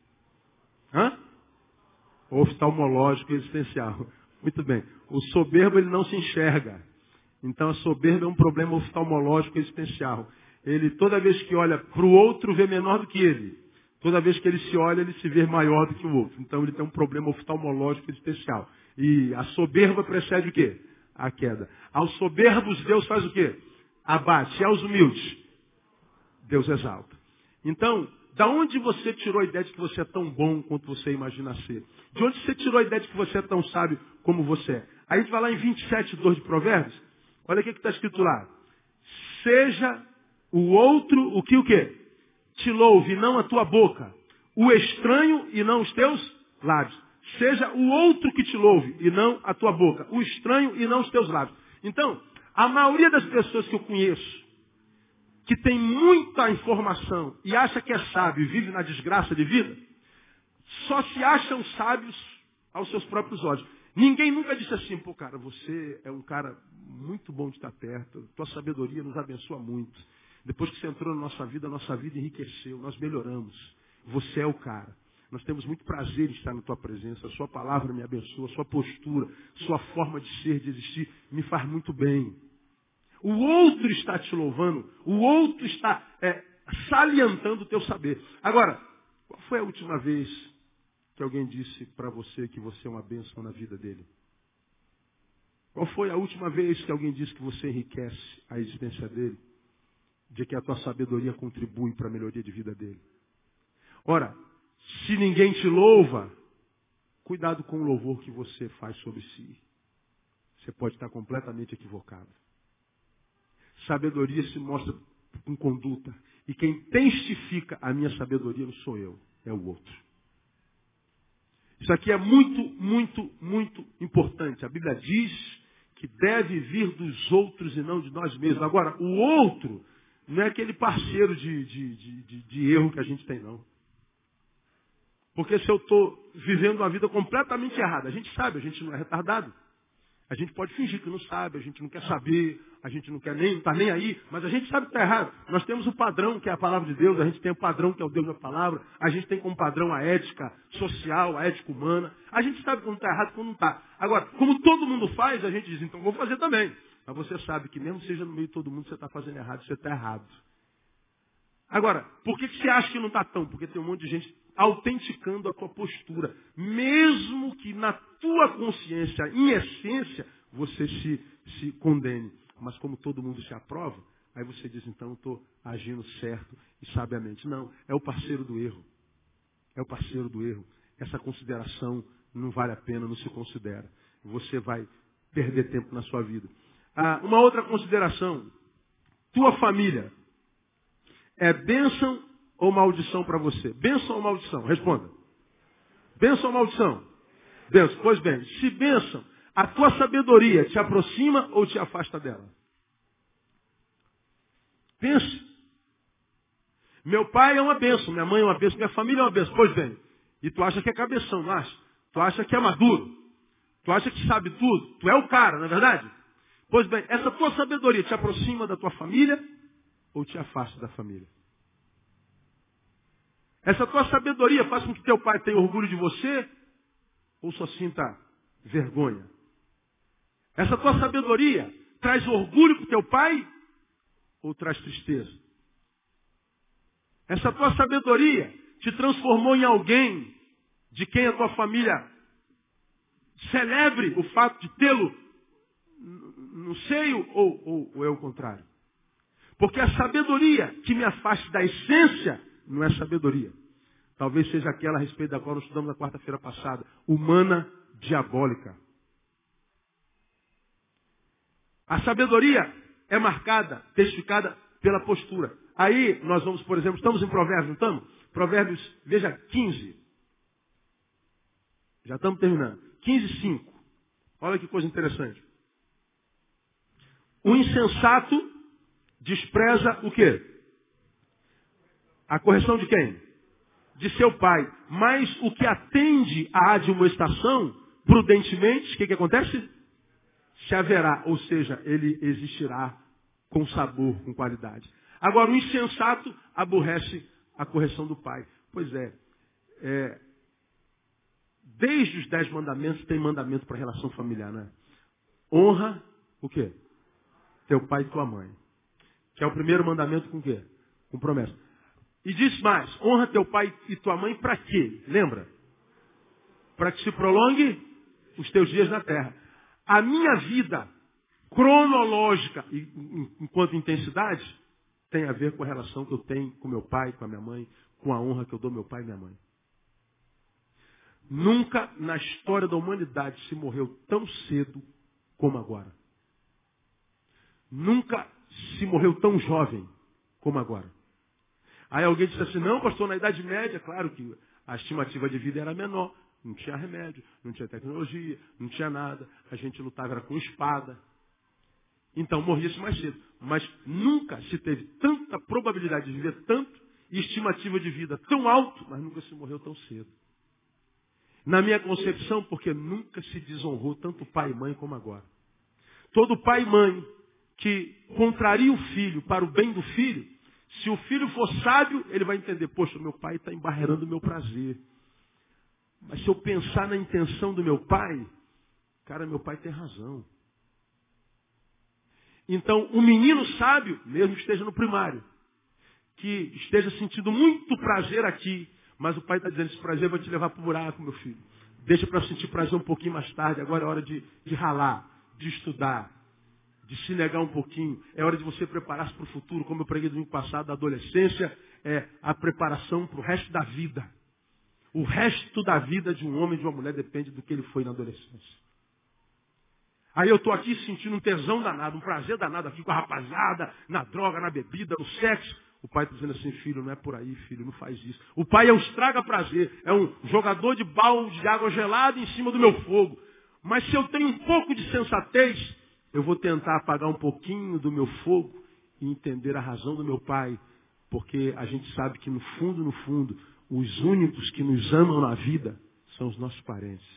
Hã? Oftalmológico existencial. Muito bem. O soberbo, ele não se enxerga. Então, a soberba é um problema oftalmológico existencial. Ele, toda vez que olha para o outro, vê menor do que ele. Toda vez que ele se olha, ele se vê maior do que o outro. Então, ele tem um problema oftalmológico existencial. E a soberba precede o quê? A queda. Aos soberbos, Deus faz o quê? Abate. E aos humildes, Deus exalta. Então, da onde você tirou a ideia de que você é tão bom quanto você imagina ser? De onde você tirou a ideia de que você é tão sábio como você é? Aí a gente vai lá em vinte e sete, dois de Provérbios. Olha o que está escrito lá. Seja o outro, o que o quê? Te louve, não a tua boca. O estranho e não os teus lábios. Seja o outro que te louve e não a tua boca. O estranho e não os teus lábios. Então, a maioria das pessoas que eu conheço, que tem muita informação e acha que é sábio e vive na desgraça de vida, só se acham sábios aos seus próprios olhos. Ninguém nunca disse assim, pô, cara, você é um cara muito bom de estar perto, tua sabedoria nos abençoa muito. Depois que você entrou na nossa vida, a nossa vida enriqueceu, nós melhoramos. Você é o cara. Nós temos muito prazer em estar na tua presença, a sua palavra me abençoa, a sua postura, sua forma de ser, de existir, me faz muito bem. O outro está te louvando, o outro está é, salientando o teu saber. Agora, qual foi a última vez que alguém disse para você que você é uma bênção na vida dele? Qual foi a última vez que alguém disse que você enriquece a existência dele? De que a tua sabedoria contribui para a melhoria de vida dele? Ora, se ninguém te louva, cuidado com o louvor que você faz sobre si. Você pode estar completamente equivocado. Sabedoria se mostra com conduta. E quem testifica a minha sabedoria não sou eu, é o outro. Isso aqui é muito, muito, muito importante. A Bíblia diz que deve vir dos outros e não de nós mesmos. Agora, o outro não é aquele parceiro de, de, de, de, de erro que a gente tem, não. Porque se eu estou vivendo uma vida completamente errada, a gente sabe, a gente não é retardado. A gente pode fingir que não sabe, a gente não quer saber, a gente não quer nem, não está nem aí, mas a gente sabe que está errado. Nós temos o padrão que é a palavra de Deus, a gente tem o padrão que é o Deus da palavra, a gente tem como padrão a ética social, a ética humana. A gente sabe quando está errado e quando não está. Agora, como todo mundo faz, a gente diz, então vou fazer também. Mas você sabe que mesmo seja no meio de todo mundo, você está fazendo errado, você está errado. Agora, por que você acha que não está tão? Porque tem um monte de gente autenticando a tua postura. Mesmo que na tua consciência, em essência, você se, se condene. Mas como todo mundo se aprova, aí você diz, então eu estou agindo certo e sabiamente. Não, é o parceiro do erro. É o parceiro do erro. Essa consideração não vale a pena, não se considera. Você vai perder tempo na sua vida. Ah, uma outra consideração. Tua família é bênção ou maldição para você? Bênção ou maldição? Responda. Bênção ou maldição? Bênção. Pois bem, se bênção, a tua sabedoria te aproxima ou te afasta dela? Pense. Meu pai é uma bênção, minha mãe é uma bênção, minha família é uma bênção. Pois bem, e tu acha que é cabeção, não acha? Tu acha que é maduro? Tu acha que sabe tudo? Tu é o cara, não é verdade? Pois bem, essa tua sabedoria te aproxima da tua família ou te afasta da família? Essa tua sabedoria faz com que teu pai tenha orgulho de você ou só sinta vergonha? Essa tua sabedoria traz orgulho para o teu pai ou traz tristeza? Essa tua sabedoria te transformou em alguém de quem a tua família celebre o fato de tê-lo no seio ou, ou, ou é o contrário? Porque a sabedoria que me afaste da essência não é sabedoria. Talvez seja aquela a respeito da qual nós estudamos na quarta-feira passada. Humana diabólica. A sabedoria é marcada, testificada pela postura. Aí nós vamos, por exemplo, estamos em Provérbios, não estamos? Provérbios, veja, quinze. Já estamos terminando. quinze, cinco. Olha que coisa interessante. O insensato despreza o quê? A correção de quem? De seu pai. Mas o que atende à admoestação, prudentemente, o que, que acontece? Se haverá, ou seja, ele existirá com sabor, com qualidade. Agora, o insensato aborrece a correção do pai. Pois é, é desde os dez mandamentos tem mandamento para a relação familiar, né? Honra o quê? Teu pai e tua mãe. Que é o primeiro mandamento com o quê? Com promessa. E diz mais, honra teu pai e tua mãe para quê? Lembra? Para que se prolongue os teus dias na terra. A minha vida cronológica, enquanto intensidade, tem a ver com a relação que eu tenho com meu pai, com a minha mãe, com a honra que eu dou ao meu pai e minha mãe. Nunca na história da humanidade se morreu tão cedo como agora. Nunca se morreu tão jovem como agora. Aí alguém disse assim, não, pastor, na Idade Média, claro que a estimativa de vida era menor. Não tinha remédio, não tinha tecnologia, não tinha nada. A gente lutava era com espada. Então morria-se mais cedo. Mas nunca se teve tanta probabilidade de viver tanto e estimativa de vida tão alto, mas nunca se morreu tão cedo. Na minha concepção, porque nunca se desonrou tanto pai e mãe como agora. Todo pai e mãe que contraria o filho para o bem do filho, se o filho for sábio, ele vai entender, poxa, meu pai está embarreirando o meu prazer. Mas se eu pensar na intenção do meu pai, cara, meu pai tem razão. Então, o menino sábio, mesmo que esteja no primário, que esteja sentindo muito prazer aqui, mas o pai está dizendo, esse prazer vai te levar para o buraco, meu filho. Deixa para sentir prazer um pouquinho mais tarde, agora é hora de, de ralar, de estudar, de se negar um pouquinho. É hora de você preparar-se para o futuro, como eu preguei domingo passado, a adolescência é a preparação para o resto da vida. O resto da vida de um homem e de uma mulher depende do que ele foi na adolescência. Aí eu estou aqui sentindo um tesão danado, um prazer danado aqui com a rapaziada, na droga, na bebida, no sexo. O pai está dizendo assim, filho, não é por aí, filho, não faz isso. O pai é um estraga-prazer, é um jogador de balde de água gelada em cima do meu fogo. Mas se eu tenho um pouco de sensatez, eu vou tentar apagar um pouquinho do meu fogo e entender a razão do meu pai. Porque a gente sabe que no fundo, no fundo, os únicos que nos amam na vida são os nossos parentes.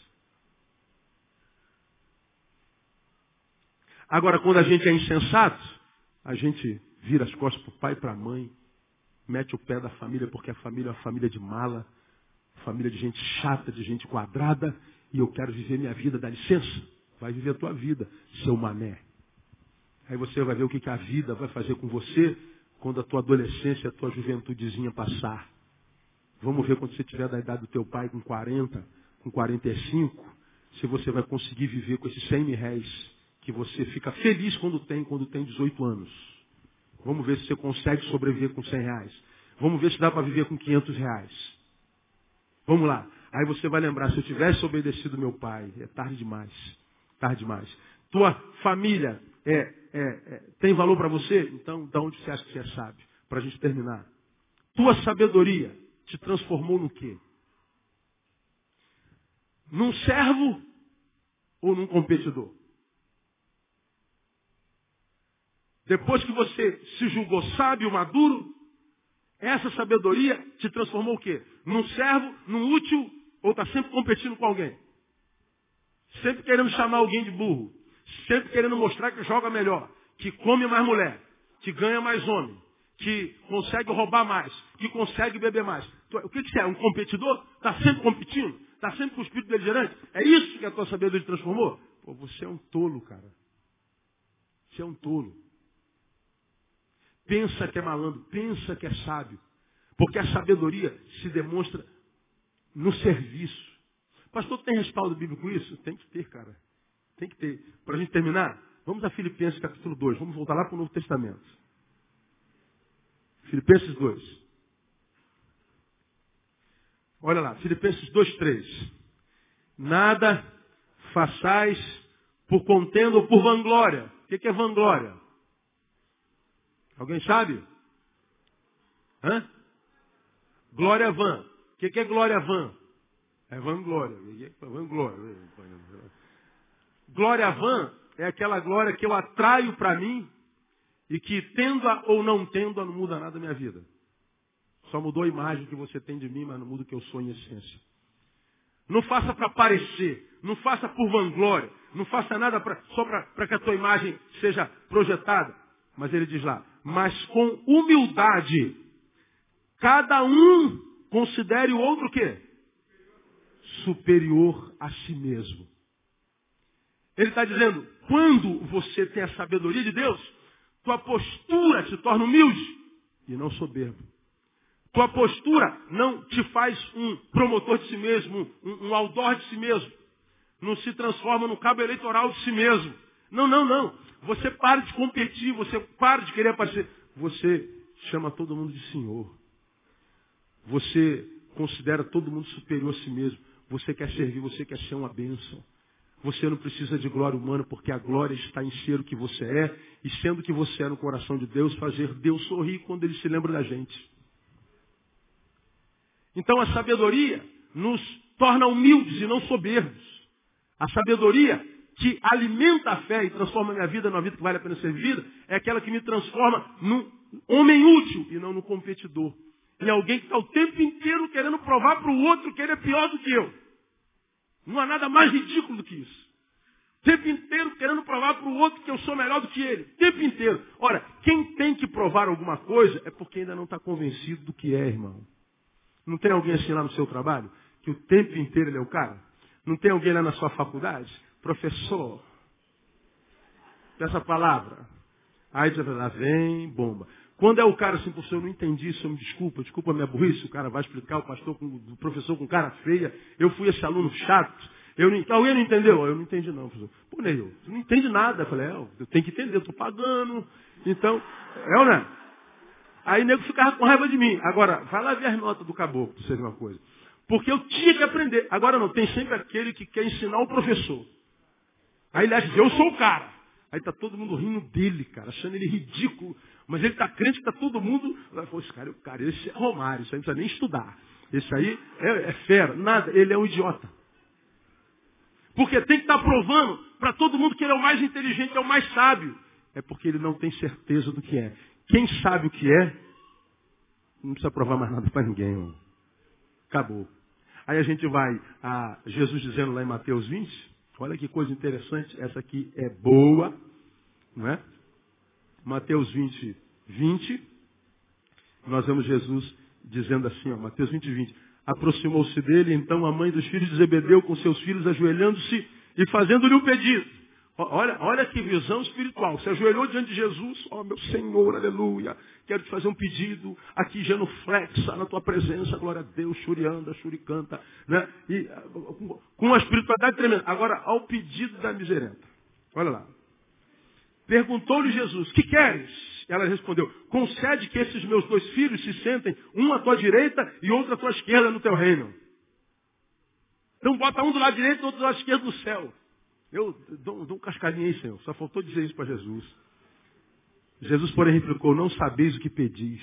Agora, quando a gente é insensato, a gente vira as costas para o pai e para a mãe, mete o pé da família, porque a família é uma família de mala, família de gente chata, de gente quadrada, e eu quero viver minha vida, dá licença, vai viver a tua vida, seu mané. Aí você vai ver o que, que a vida vai fazer com você quando a tua adolescência, a tua juventudezinha passar. Vamos ver quando você tiver da idade do teu pai, com quarenta, com quarenta e cinco, se você vai conseguir viver com esses cem mil réis que você fica feliz quando tem, quando tem dezoito anos. Vamos ver se você consegue sobreviver com cem reais. Vamos ver se dá para viver com quinhentos reais. Vamos lá. Aí você vai lembrar, se eu tivesse obedecido meu pai, é tarde demais. Tarde demais. Tua família é, é, é, tem valor para você? Então, de onde você acha que você é sábio? Para a gente terminar. Tua sabedoria te transformou no quê? Num servo ou num competidor? Depois que você se julgou sábio, maduro, essa sabedoria te transformou o quê? Num servo, num útil, ou está sempre competindo com alguém? Sempre querendo chamar alguém de burro. Sempre querendo mostrar que joga melhor, que come mais mulher, que ganha mais homem, que consegue roubar mais, que consegue beber mais. O que, que você é? Um competidor? Está sempre competindo? Está sempre com o espírito beligerante? É isso que a tua sabedoria te transformou? Pô, você é um tolo, cara. Você é um tolo. Pensa que é malandro, pensa que é sábio. Porque a sabedoria se demonstra no serviço. Pastor, tem respaldo bíblico isso? Tem que ter, cara. Tem que ter. Para a gente terminar, vamos a Filipenses capítulo dois. Vamos voltar lá para o Novo Testamento. Filipenses dois. Olha lá, Filipenses dois, três. Nada façais por contenda ou por vanglória. O que é vanglória? Alguém sabe? Hã? Glória vã. O que é glória vã? É vanglória. Vanglória. Glória vã é aquela glória que eu atraio para mim e que, tenda ou não tenda, não muda nada na minha vida. Só mudou a imagem que você tem de mim, mas não muda o que eu sou em essência. Não faça para parecer, não faça por vanglória, não faça nada pra, só para que a tua imagem seja projetada. Mas ele diz lá, mas com humildade, cada um considere o outro o quê? Superior a si mesmo. Ele está dizendo, quando você tem a sabedoria de Deus, tua postura se torna humilde e não soberbo. Tua postura não te faz um promotor de si mesmo, um, um outdoor de si mesmo. Não se transforma no cabo eleitoral de si mesmo. Não, não, não. Você para de competir, você para de querer aparecer. Você chama todo mundo de senhor. Você considera todo mundo superior a si mesmo. Você quer servir, você quer ser uma bênção. Você não precisa de glória humana, porque a glória está em ser o que você é, e sendo o que você é no coração de Deus, fazer Deus sorrir quando Ele se lembra da gente. Então a sabedoria nos torna humildes e não soberbos. A sabedoria que alimenta a fé e transforma a minha vida numa vida que vale a pena ser vivida, é aquela que me transforma num homem útil e não num competidor. Em alguém que está o tempo inteiro querendo provar para o outro que ele é pior do que eu. Não há nada mais ridículo do que isso. O tempo inteiro querendo provar para o outro que eu sou melhor do que ele. O tempo inteiro. Ora, quem tem que provar alguma coisa é porque ainda não está convencido do que é, irmão. Não tem alguém assim lá no seu trabalho? Que o tempo inteiro ele é o cara? Não tem alguém lá na sua faculdade? Professor. Essa palavra. Aí você vai lá, vem, bomba. Quando é o cara assim, professor, eu não entendi isso, eu me desculpa, desculpa a minha burrice, o cara vai explicar, o pastor, com, o professor com cara feia, eu fui esse aluno chato, eu não, alguém não entendeu? Eu não entendi não, professor. Pô, Neil, você não entende nada. Eu falei, é, eu tenho que entender, eu estou pagando, então, é ou não é? Aí o nego ficava com raiva de mim. Agora, vai lá ver as notas do caboclo, pra você ver uma coisa. Porque eu tinha que aprender. Agora não, tem sempre aquele que quer ensinar o professor. Aí ele acha que eu sou o cara. Aí está todo mundo rindo dele, cara, achando ele ridículo. Mas ele está crente que está todo mundo... Pô, esse cara, cara, esse é Romário, isso aí não precisa nem estudar. Esse aí é, é fera. Nada, ele é um idiota. Porque tem que estar provando para todo mundo que ele é o mais inteligente, é o mais sábio. É porque ele não tem certeza do que é. Quem sabe o que é, não precisa provar mais nada para ninguém. Mano. Acabou. Aí a gente vai a Jesus dizendo lá em Mateus vinte... Olha que coisa interessante, essa aqui é boa, não é? Mateus vinte, vinte, nós vemos Jesus dizendo assim, ó, Mateus vinte, vinte. Aproximou-se dele, então, a mãe dos filhos de Zebedeu com seus filhos, ajoelhando-se e fazendo-lhe um pedido. Olha, olha que visão espiritual. Se ajoelhou diante de Jesus, ó, meu Senhor, aleluia, quero te fazer um pedido, aqui genuflexa na tua presença, glória a Deus, churianda, churicanta, né? E com uma espiritualidade tremenda. Agora, ao pedido da miserenta. Olha lá. Perguntou-lhe Jesus, que queres? Ela respondeu, concede que esses meus dois filhos se sentem, um à tua direita e outro à tua esquerda no teu reino. Então bota um do lado direito e outro do lado esquerdo no céu. Eu dou, dou um cascalinho aí, Senhor. Só faltou dizer isso para Jesus. Jesus, porém, replicou, não sabeis o que pedis.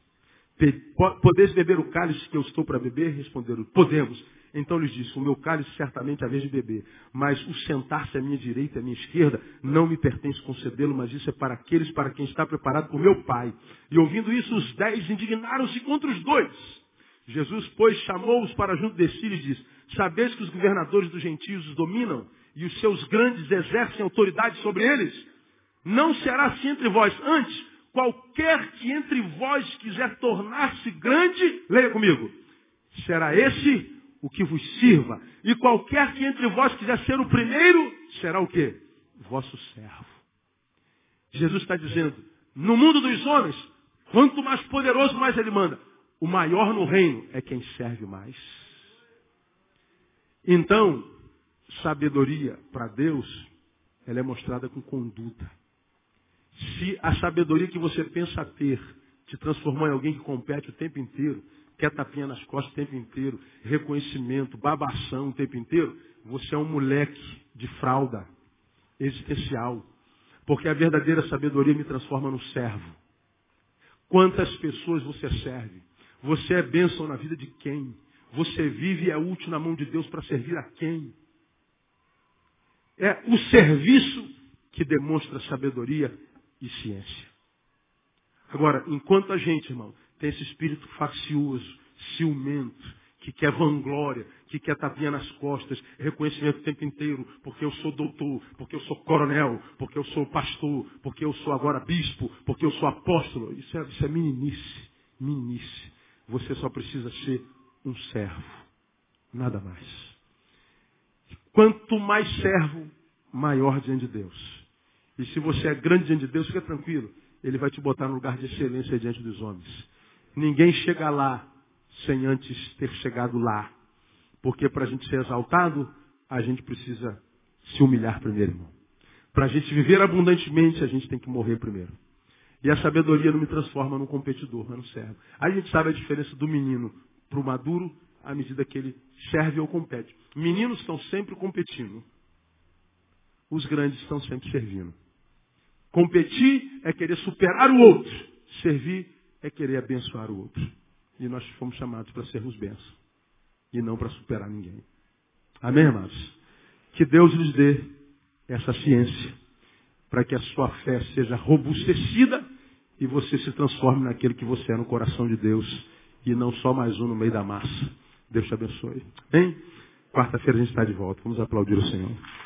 Podeis beber o cálice que eu estou para beber? Responderam, podemos. Então lhes disse, o meu cálice certamente é a vez de beber, mas o sentar-se à minha direita e à minha esquerda não me pertence concedê-lo, mas isso é para aqueles para quem está preparado por meu Pai. E ouvindo isso, os dez indignaram-se contra os dois. Jesus, pois, chamou-os para junto de si e lhes disse, sabeis que os governadores dos gentios os dominam e os seus grandes exercem autoridade sobre eles? Não será assim entre vós. Antes, qualquer que entre vós quiser tornar-se grande, leia comigo, será esse o que vos sirva. E qualquer que entre vós quiser ser o primeiro, será o quê? Vosso servo. Jesus está dizendo, no mundo dos homens, quanto mais poderoso, mais ele manda. O maior no reino é quem serve mais. Então, sabedoria para Deus, ela é mostrada com conduta. Se a sabedoria que você pensa ter te transformou em alguém que compete o tempo inteiro, quer tapinha nas costas o tempo inteiro, reconhecimento, babação o tempo inteiro, você é um moleque de fralda existencial. Porque a verdadeira sabedoria me transforma num servo. Quantas pessoas você serve? Você é bênção na vida de quem? Você vive e é útil na mão de Deus para servir a quem? É o serviço que demonstra sabedoria e ciência. Agora, enquanto a gente, irmão, tem esse espírito faccioso, ciumento, que quer vanglória, que quer tapinha nas costas, reconhecimento o tempo inteiro, porque eu sou doutor, porque eu sou coronel, porque eu sou pastor, porque eu sou agora bispo, porque eu sou apóstolo. Isso é, isso é meninice, meninice. Você só precisa ser um servo, nada mais. Quanto mais servo, maior diante de Deus. E se você é grande diante de Deus, fica tranquilo. Ele vai te botar no lugar de excelência diante dos homens. Ninguém chega lá sem antes ter chegado lá. Porque para a gente ser exaltado, a gente precisa se humilhar primeiro, irmão. Para a gente viver abundantemente, a gente tem que morrer primeiro. E a sabedoria não me transforma num competidor, mas num servo. Aí a gente sabe a diferença do menino para o maduro à medida que ele serve ou compete. Meninos estão sempre competindo. Os grandes estão sempre servindo. Competir é querer superar o outro. Servir é querer abençoar o outro. E nós fomos chamados para sermos bênçãos. E não para superar ninguém. Amém, irmãos? Que Deus lhes dê essa ciência. Para que a sua fé seja robustecida. E você se transforme naquele que você é no coração de Deus. E não só mais um no meio da massa. Deus te abençoe. Amém? Quarta-feira a gente está de volta. Vamos aplaudir o Senhor.